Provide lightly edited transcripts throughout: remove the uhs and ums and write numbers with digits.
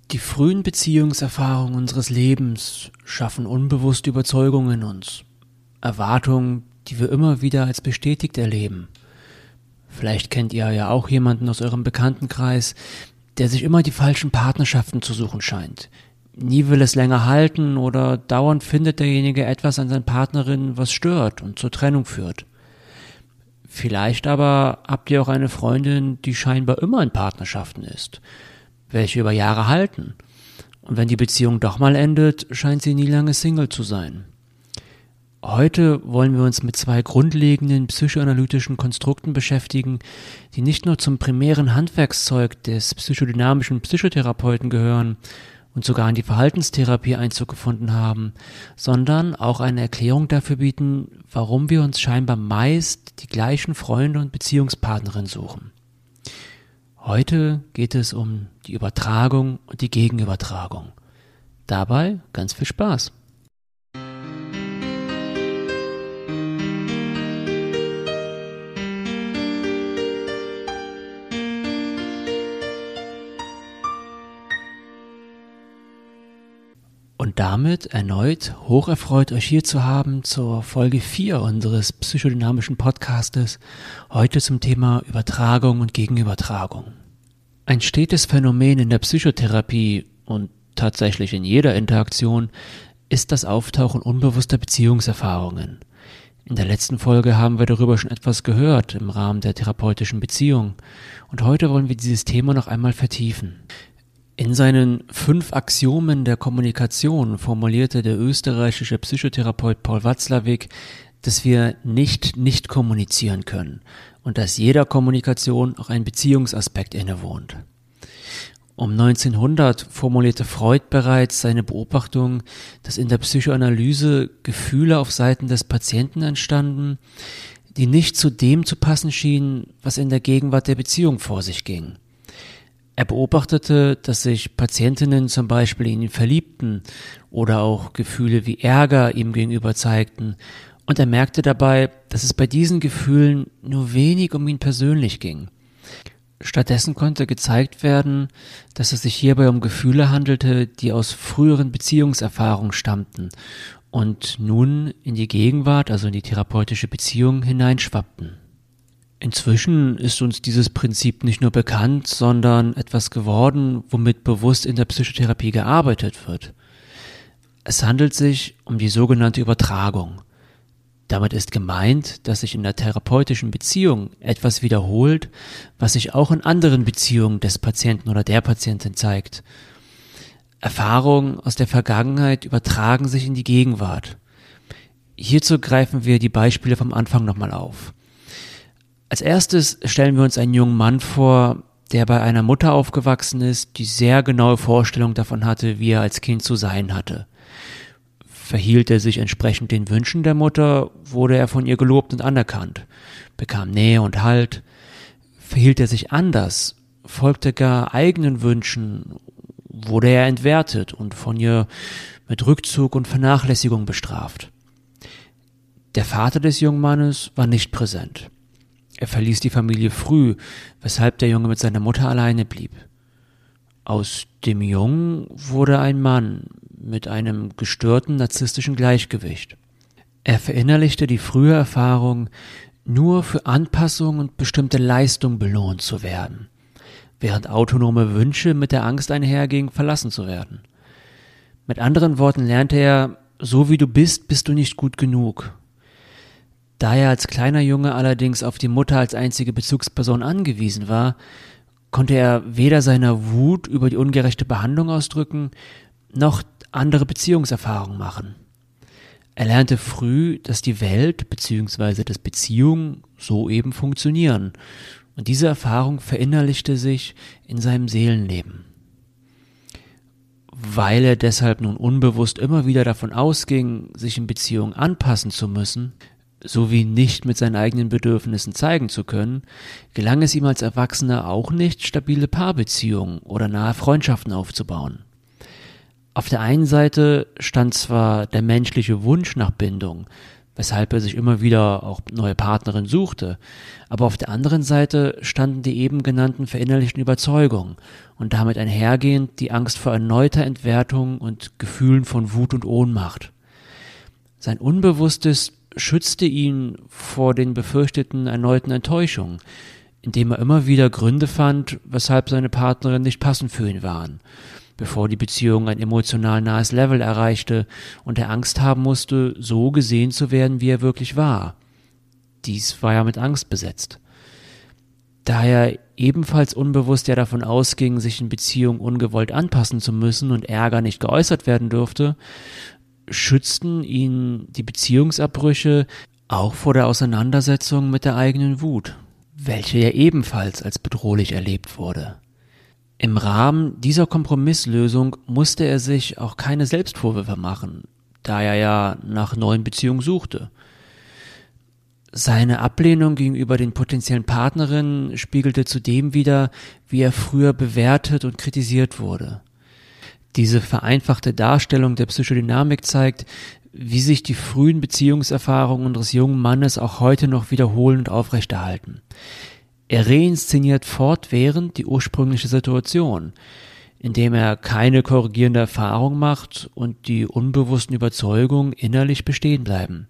Die frühen Beziehungserfahrungen unseres Lebens schaffen unbewusste Überzeugungen in uns, Erwartungen, die wir immer wieder als bestätigt erleben. Vielleicht kennt ihr ja auch jemanden aus eurem Bekanntenkreis, der sich immer die falschen Partnerschaften zu suchen scheint. Nie will es länger halten oder dauernd findet derjenige etwas an seiner Partnerin, was stört und zur Trennung führt. Vielleicht aber habt ihr auch eine Freundin, die scheinbar immer in Partnerschaften ist, welche über Jahre halten. Und wenn die Beziehung doch mal endet, scheint sie nie lange Single zu sein. Heute wollen wir uns mit zwei grundlegenden psychoanalytischen Konstrukten beschäftigen, die nicht nur zum primären Handwerkszeug des psychodynamischen Psychotherapeuten gehören und sogar in die Verhaltenstherapie Einzug gefunden haben, sondern auch eine Erklärung dafür bieten, warum wir uns scheinbar meist die gleichen Freunde und Beziehungspartnerinnen suchen. Heute geht es um die Übertragung und die Gegenübertragung. Dabei ganz viel Spaß. Und damit erneut hocherfreut, euch hier zu haben zur Folge 4 unseres psychodynamischen Podcastes, heute zum Thema Übertragung und Gegenübertragung. Ein stetes Phänomen in der Psychotherapie und tatsächlich in jeder Interaktion ist das Auftauchen unbewusster Beziehungserfahrungen. In der letzten Folge haben wir darüber schon etwas gehört im Rahmen der therapeutischen Beziehung und heute wollen wir dieses Thema noch einmal vertiefen. In seinen 5 Axiomen der Kommunikation formulierte der österreichische Psychotherapeut Paul Watzlawick, dass wir nicht kommunizieren können und dass jeder Kommunikation auch ein Beziehungsaspekt innewohnt. Um 1900 formulierte Freud bereits seine Beobachtung, dass in der Psychoanalyse Gefühle auf Seiten des Patienten entstanden, die nicht zu dem zu passen schienen, was in der Gegenwart der Beziehung vor sich ging. Er beobachtete, dass sich Patientinnen zum Beispiel in ihn verliebten oder auch Gefühle wie Ärger ihm gegenüber zeigten und er merkte dabei, dass es bei diesen Gefühlen nur wenig um ihn persönlich ging. Stattdessen konnte gezeigt werden, dass es sich hierbei um Gefühle handelte, die aus früheren Beziehungserfahrungen stammten und nun in die Gegenwart, also in die therapeutische Beziehung hineinschwappten. Inzwischen ist uns dieses Prinzip nicht nur bekannt, sondern etwas geworden, womit bewusst in der Psychotherapie gearbeitet wird. Es handelt sich um die sogenannte Übertragung. Damit ist gemeint, dass sich in der therapeutischen Beziehung etwas wiederholt, was sich auch in anderen Beziehungen des Patienten oder der Patientin zeigt. Erfahrungen aus der Vergangenheit übertragen sich in die Gegenwart. Hierzu greifen wir die Beispiele vom Anfang nochmal auf. Als erstes stellen wir uns einen jungen Mann vor, der bei einer Mutter aufgewachsen ist, die sehr genaue Vorstellung davon hatte, wie er als Kind zu sein hatte. Verhielt er sich entsprechend den Wünschen der Mutter, wurde er von ihr gelobt und anerkannt, bekam Nähe und Halt. Verhielt er sich anders, folgte gar eigenen Wünschen, wurde er entwertet und von ihr mit Rückzug und Vernachlässigung bestraft. Der Vater des jungen Mannes war nicht präsent. Er verließ die Familie früh, weshalb der Junge mit seiner Mutter alleine blieb. Aus dem Jungen wurde ein Mann mit einem gestörten narzisstischen Gleichgewicht. Er verinnerlichte die frühe Erfahrung, nur für Anpassung und bestimmte Leistung belohnt zu werden, während autonome Wünsche mit der Angst einhergingen, verlassen zu werden. Mit anderen Worten lernte er, so wie du bist, bist du nicht gut genug. Da er als kleiner Junge allerdings auf die Mutter als einzige Bezugsperson angewiesen war, konnte er weder seiner Wut über die ungerechte Behandlung ausdrücken, noch andere Beziehungserfahrungen machen. Er lernte früh, dass die Welt bzw. dass Beziehungen so eben funktionieren, und diese Erfahrung verinnerlichte sich in seinem Seelenleben. Weil er deshalb nun unbewusst immer wieder davon ausging, sich in Beziehungen anpassen zu müssen, sowie nicht mit seinen eigenen Bedürfnissen zeigen zu können, gelang es ihm als Erwachsener auch nicht, stabile Paarbeziehungen oder nahe Freundschaften aufzubauen. Auf der einen Seite stand zwar der menschliche Wunsch nach Bindung, weshalb er sich immer wieder auch neue Partnerinnen suchte. Aber auf der anderen Seite standen die eben genannten verinnerlichten Überzeugungen und damit einhergehend die Angst vor erneuter Entwertung und Gefühlen von Wut und Ohnmacht. Sein Unbewusstes schützte ihn vor den befürchteten erneuten Enttäuschungen, indem er immer wieder Gründe fand, weshalb seine Partnerinnen nicht passend für ihn waren, bevor die Beziehung ein emotional nahes Level erreichte und er Angst haben musste, so gesehen zu werden, wie er wirklich war. Dies war ja mit Angst besetzt. Da er ebenfalls unbewusst ja davon ausging, sich in Beziehungen ungewollt anpassen zu müssen und Ärger nicht geäußert werden durfte, schützten ihn die Beziehungsabbrüche auch vor der Auseinandersetzung mit der eigenen Wut, welche ja ebenfalls als bedrohlich erlebt wurde. Im Rahmen dieser Kompromisslösung musste er sich auch keine Selbstvorwürfe machen, da er ja nach neuen Beziehungen suchte. Seine Ablehnung gegenüber den potenziellen Partnerinnen spiegelte zudem wider, wie er früher bewertet und kritisiert wurde. Diese vereinfachte Darstellung der Psychodynamik zeigt, wie sich die frühen Beziehungserfahrungen unseres jungen Mannes auch heute noch wiederholen und aufrechterhalten. Er reinszeniert fortwährend die ursprüngliche Situation, indem er keine korrigierende Erfahrung macht und die unbewussten Überzeugungen innerlich bestehen bleiben.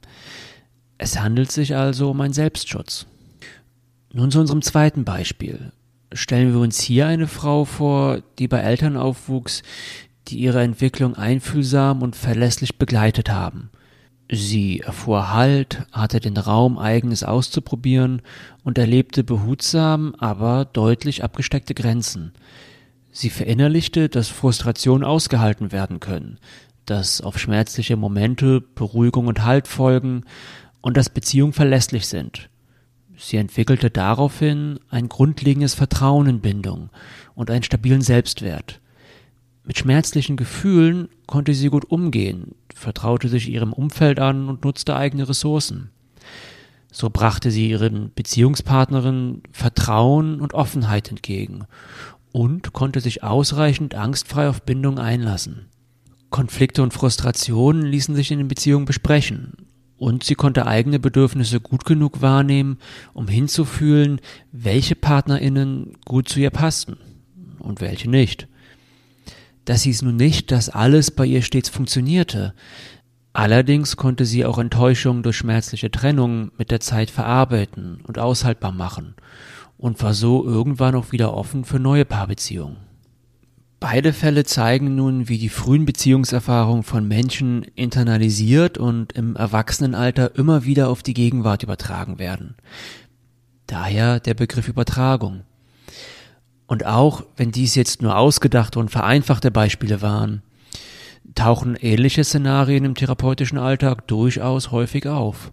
Es handelt sich also um einen Selbstschutz. Nun zu unserem zweiten Beispiel. Stellen wir uns hier eine Frau vor, die bei Eltern aufwuchs, die ihre Entwicklung einfühlsam und verlässlich begleitet haben. Sie erfuhr Halt, hatte den Raum, Eigenes auszuprobieren und erlebte behutsam, aber deutlich abgesteckte Grenzen. Sie verinnerlichte, dass Frustration ausgehalten werden können, dass auf schmerzliche Momente Beruhigung und Halt folgen und dass Beziehungen verlässlich sind. Sie entwickelte daraufhin ein grundlegendes Vertrauen in Bindung und einen stabilen Selbstwert. Mit schmerzlichen Gefühlen konnte sie gut umgehen, vertraute sich ihrem Umfeld an und nutzte eigene Ressourcen. So brachte sie ihren Beziehungspartnerinnen Vertrauen und Offenheit entgegen und konnte sich ausreichend angstfrei auf Bindung einlassen. Konflikte und Frustrationen ließen sich in den Beziehungen besprechen und sie konnte eigene Bedürfnisse gut genug wahrnehmen, um hinzufühlen, welche PartnerInnen gut zu ihr passten und welche nicht. Das hieß nun nicht, dass alles bei ihr stets funktionierte. Allerdings konnte sie auch Enttäuschungen durch schmerzliche Trennung mit der Zeit verarbeiten und aushaltbar machen und war so irgendwann auch wieder offen für neue Paarbeziehungen. Beide Fälle zeigen nun, wie die frühen Beziehungserfahrungen von Menschen internalisiert und im Erwachsenenalter immer wieder auf die Gegenwart übertragen werden. Daher der Begriff Übertragung. Und auch wenn dies jetzt nur ausgedachte und vereinfachte Beispiele waren, tauchen ähnliche Szenarien im therapeutischen Alltag durchaus häufig auf.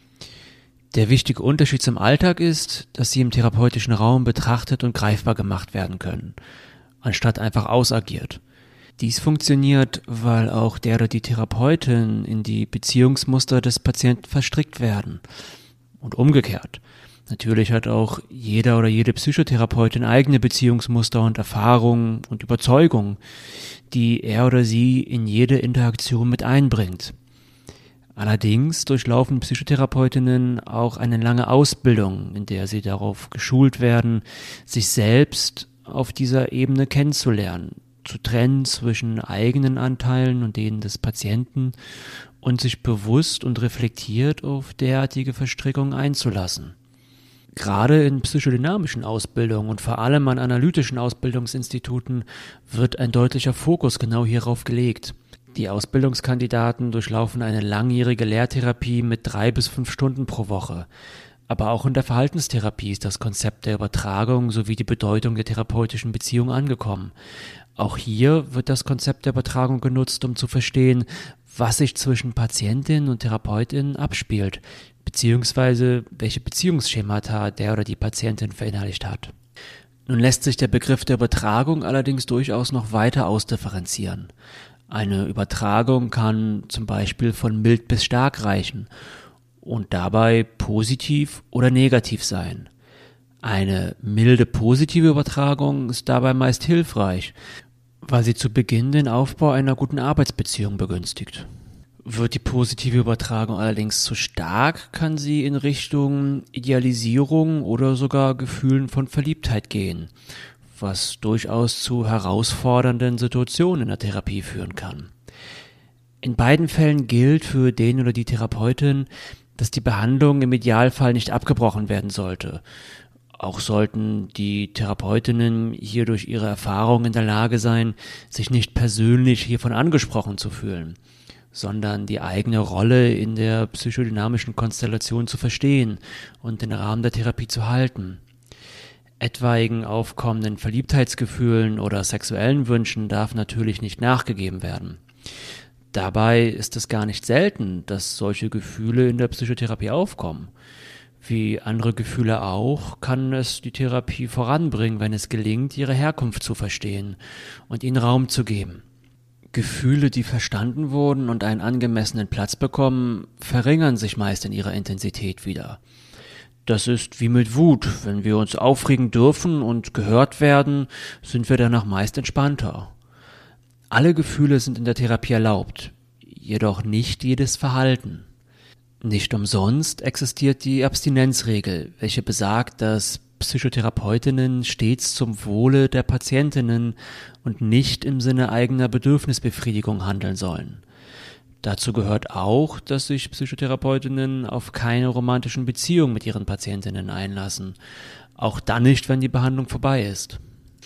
Der wichtige Unterschied zum Alltag ist, dass sie im therapeutischen Raum betrachtet und greifbar gemacht werden können, anstatt einfach ausagiert. Dies funktioniert, weil auch der oder die Therapeutin in die Beziehungsmuster des Patienten verstrickt werden und umgekehrt. Natürlich hat auch jeder oder jede Psychotherapeutin eigene Beziehungsmuster und Erfahrungen und Überzeugungen, die er oder sie in jede Interaktion mit einbringt. Allerdings durchlaufen Psychotherapeutinnen auch eine lange Ausbildung, in der sie darauf geschult werden, sich selbst auf dieser Ebene kennenzulernen, zu trennen zwischen eigenen Anteilen und denen des Patienten und sich bewusst und reflektiert auf derartige Verstrickungen einzulassen. Gerade in psychodynamischen Ausbildungen und vor allem an analytischen Ausbildungsinstituten wird ein deutlicher Fokus genau hierauf gelegt. Die Ausbildungskandidaten durchlaufen eine langjährige Lehrtherapie mit 3 bis 5 Stunden pro Woche. Aber auch in der Verhaltenstherapie ist das Konzept der Übertragung sowie die Bedeutung der therapeutischen Beziehung angekommen. Auch hier wird das Konzept der Übertragung genutzt, um zu verstehen, was sich zwischen Patientin und Therapeutin abspielt, beziehungsweise welche Beziehungsschemata der oder die Patientin verinnerlicht hat. Nun lässt sich der Begriff der Übertragung allerdings durchaus noch weiter ausdifferenzieren. Eine Übertragung kann zum Beispiel von mild bis stark reichen und dabei positiv oder negativ sein. Eine milde positive Übertragung ist dabei meist hilfreich, weil sie zu Beginn den Aufbau einer guten Arbeitsbeziehung begünstigt. Wird die positive Übertragung allerdings zu stark, kann sie in Richtung Idealisierung oder sogar Gefühlen von Verliebtheit gehen, was durchaus zu herausfordernden Situationen in der Therapie führen kann. In beiden Fällen gilt für den oder die Therapeutin, dass die Behandlung im Idealfall nicht abgebrochen werden sollte. Auch sollten die Therapeutinnen hier durch ihre Erfahrung in der Lage sein, sich nicht persönlich hiervon angesprochen zu fühlen, sondern die eigene Rolle in der psychodynamischen Konstellation zu verstehen und den Rahmen der Therapie zu halten. Etwaigen aufkommenden Verliebtheitsgefühlen oder sexuellen Wünschen darf natürlich nicht nachgegeben werden. Dabei ist es gar nicht selten, dass solche Gefühle in der Psychotherapie aufkommen. Wie andere Gefühle auch, kann es die Therapie voranbringen, wenn es gelingt, ihre Herkunft zu verstehen und ihnen Raum zu geben. Gefühle, die verstanden wurden und einen angemessenen Platz bekommen, verringern sich meist in ihrer Intensität wieder. Das ist wie mit Wut. Wenn wir uns aufregen dürfen und gehört werden, sind wir danach meist entspannter. Alle Gefühle sind in der Therapie erlaubt, jedoch nicht jedes Verhalten. Nicht umsonst existiert die Abstinenzregel, welche besagt, dass Psychotherapeutinnen stets zum Wohle der Patientinnen und nicht im Sinne eigener Bedürfnisbefriedigung handeln sollen. Dazu gehört auch, dass sich Psychotherapeutinnen auf keine romantischen Beziehungen mit ihren Patientinnen einlassen, auch dann nicht, wenn die Behandlung vorbei ist.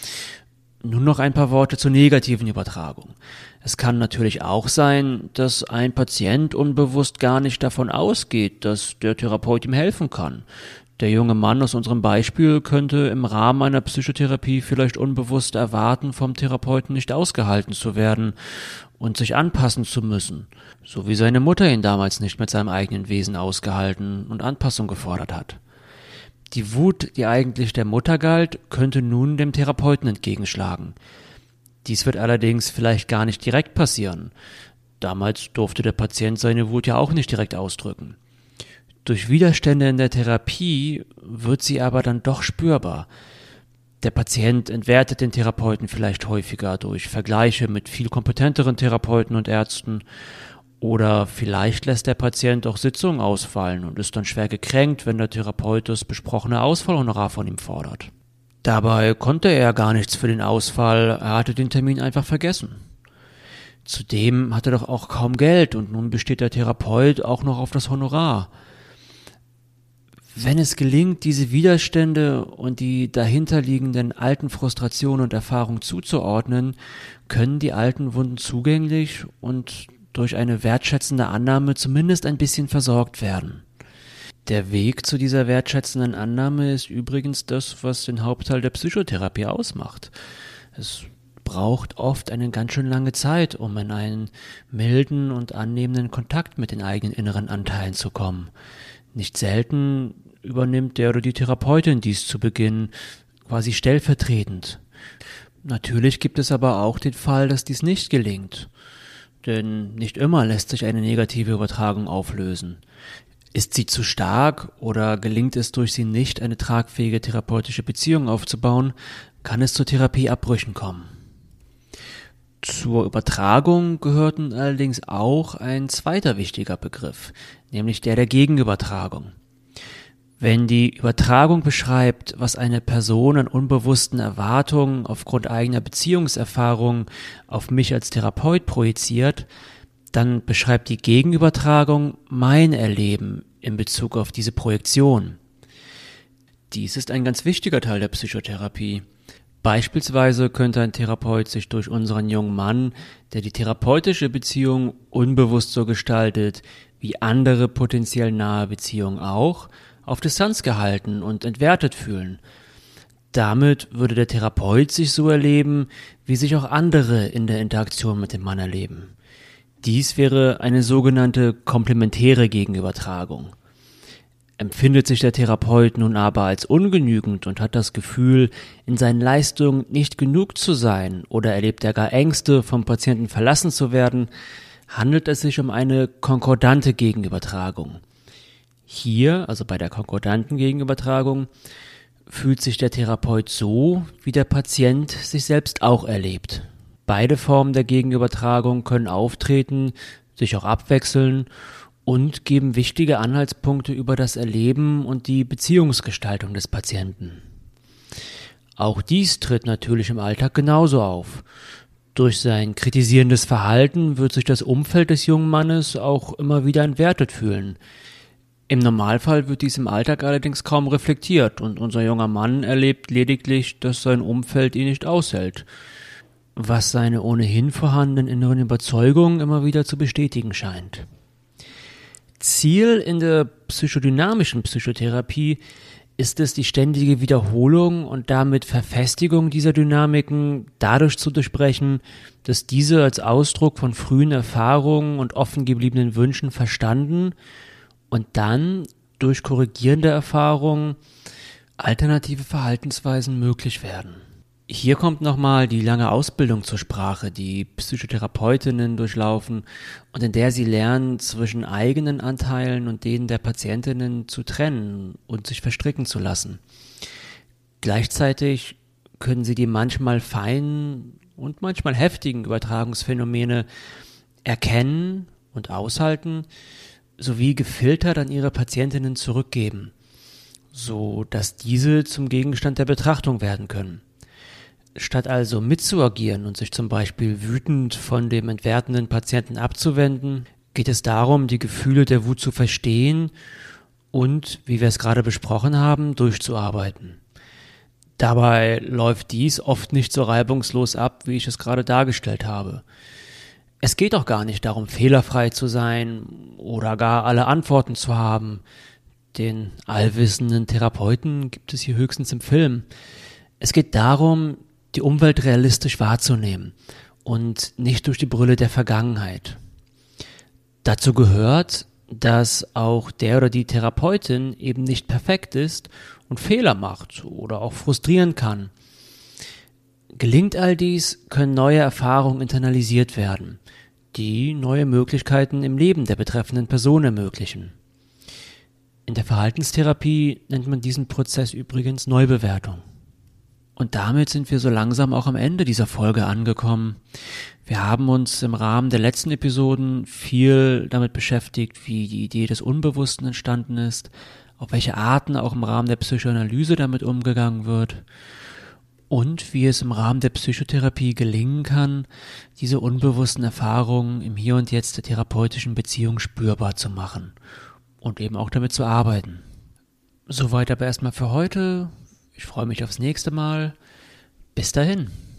Nun noch ein paar Worte zur negativen Übertragung. Es kann natürlich auch sein, dass ein Patient unbewusst gar nicht davon ausgeht, dass der Therapeut ihm helfen kann. Der junge Mann aus unserem Beispiel könnte im Rahmen einer Psychotherapie vielleicht unbewusst erwarten, vom Therapeuten nicht ausgehalten zu werden und sich anpassen zu müssen, so wie seine Mutter ihn damals nicht mit seinem eigenen Wesen ausgehalten und Anpassung gefordert hat. Die Wut, die eigentlich der Mutter galt, könnte nun dem Therapeuten entgegenschlagen. Dies wird allerdings vielleicht gar nicht direkt passieren. Damals durfte der Patient seine Wut ja auch nicht direkt ausdrücken. Durch Widerstände in der Therapie wird sie aber dann doch spürbar. Der Patient entwertet den Therapeuten vielleicht häufiger durch Vergleiche mit viel kompetenteren Therapeuten und Ärzten, oder vielleicht lässt der Patient auch Sitzungen ausfallen und ist dann schwer gekränkt, wenn der Therapeut das besprochene Ausfallhonorar von ihm fordert. Dabei konnte er gar nichts für den Ausfall, er hatte den Termin einfach vergessen. Zudem hat er doch auch kaum Geld und nun besteht der Therapeut auch noch auf das Honorar. Wenn es gelingt, diese Widerstände und die dahinterliegenden alten Frustrationen und Erfahrungen zuzuordnen, können die alten Wunden zugänglich und durch eine wertschätzende Annahme zumindest ein bisschen versorgt werden. Der Weg zu dieser wertschätzenden Annahme ist übrigens das, was den Hauptteil der Psychotherapie ausmacht. Es braucht oft eine ganz schön lange Zeit, um in einen milden und annehmenden Kontakt mit den eigenen inneren Anteilen zu kommen. Nicht selten übernimmt der oder die Therapeutin dies zu Beginn quasi stellvertretend. Natürlich gibt es aber auch den Fall, dass dies nicht gelingt. Denn nicht immer lässt sich eine negative Übertragung auflösen. Ist sie zu stark oder gelingt es durch sie nicht, eine tragfähige therapeutische Beziehung aufzubauen, kann es zu Therapieabbrüchen kommen. Zur Übertragung gehörten allerdings auch ein zweiter wichtiger Begriff, nämlich der Gegenübertragung. Wenn die Übertragung beschreibt, was eine Person an unbewussten Erwartungen aufgrund eigener Beziehungserfahrungen auf mich als Therapeut projiziert, dann beschreibt die Gegenübertragung mein Erleben in Bezug auf diese Projektion. Dies ist ein ganz wichtiger Teil der Psychotherapie. Beispielsweise könnte ein Therapeut sich durch unseren jungen Mann, der die therapeutische Beziehung unbewusst so gestaltet, wie andere potenziell nahe Beziehungen auch, auf Distanz gehalten und entwertet fühlen. Damit würde der Therapeut sich so erleben, wie sich auch andere in der Interaktion mit dem Mann erleben. Dies wäre eine sogenannte komplementäre Gegenübertragung. Empfindet sich der Therapeut nun aber als ungenügend und hat das Gefühl, in seinen Leistungen nicht genug zu sein oder erlebt er gar Ängste, vom Patienten verlassen zu werden, handelt es sich um eine konkordante Gegenübertragung. Hier, also bei der konkordanten Gegenübertragung, fühlt sich der Therapeut so, wie der Patient sich selbst auch erlebt. Beide Formen der Gegenübertragung können auftreten, sich auch abwechseln und geben wichtige Anhaltspunkte über das Erleben und die Beziehungsgestaltung des Patienten. Auch dies tritt natürlich im Alltag genauso auf. Durch sein kritisierendes Verhalten wird sich das Umfeld des jungen Mannes auch immer wieder entwertet fühlen. Im Normalfall wird dies im Alltag allerdings kaum reflektiert und unser junger Mann erlebt lediglich, dass sein Umfeld ihn nicht aushält, was seine ohnehin vorhandenen inneren Überzeugungen immer wieder zu bestätigen scheint. Ziel in der psychodynamischen Psychotherapie ist es, die ständige Wiederholung und damit Verfestigung dieser Dynamiken dadurch zu durchbrechen, dass diese als Ausdruck von frühen Erfahrungen und offen gebliebenen Wünschen verstanden und dann durch korrigierende Erfahrungen alternative Verhaltensweisen möglich werden. Hier kommt nochmal die lange Ausbildung zur Sprache, die Psychotherapeutinnen durchlaufen und in der sie lernen, zwischen eigenen Anteilen und denen der Patientinnen zu trennen und sich verstricken zu lassen. Gleichzeitig können sie die manchmal feinen und manchmal heftigen Übertragungsphänomene erkennen und aushalten, sowie gefiltert an ihre Patientinnen zurückgeben, so dass diese zum Gegenstand der Betrachtung werden können. Statt also mitzuagieren und sich zum Beispiel wütend von dem entwertenden Patienten abzuwenden, geht es darum, die Gefühle der Wut zu verstehen und, wie wir es gerade besprochen haben, durchzuarbeiten. Dabei läuft dies oft nicht so reibungslos ab, wie ich es gerade dargestellt habe. Es geht auch gar nicht darum, fehlerfrei zu sein oder gar alle Antworten zu haben. Den allwissenden Therapeuten gibt es hier höchstens im Film. Es geht darum, die Umwelt realistisch wahrzunehmen und nicht durch die Brille der Vergangenheit. Dazu gehört, dass auch der oder die Therapeutin eben nicht perfekt ist und Fehler macht oder auch frustrieren kann. Gelingt all dies, können neue Erfahrungen internalisiert werden, die neue Möglichkeiten im Leben der betreffenden Person ermöglichen. In der Verhaltenstherapie nennt man diesen Prozess übrigens Neubewertung. Und damit sind wir so langsam auch am Ende dieser Folge angekommen. Wir haben uns im Rahmen der letzten Episoden viel damit beschäftigt, wie die Idee des Unbewussten entstanden ist, auf welche Arten auch im Rahmen der Psychoanalyse damit umgegangen wird und wie es im Rahmen der Psychotherapie gelingen kann, diese unbewussten Erfahrungen im Hier und Jetzt der therapeutischen Beziehung spürbar zu machen und eben auch damit zu arbeiten. Soweit aber erstmal für heute. Ich freue mich aufs nächste Mal. Bis dahin.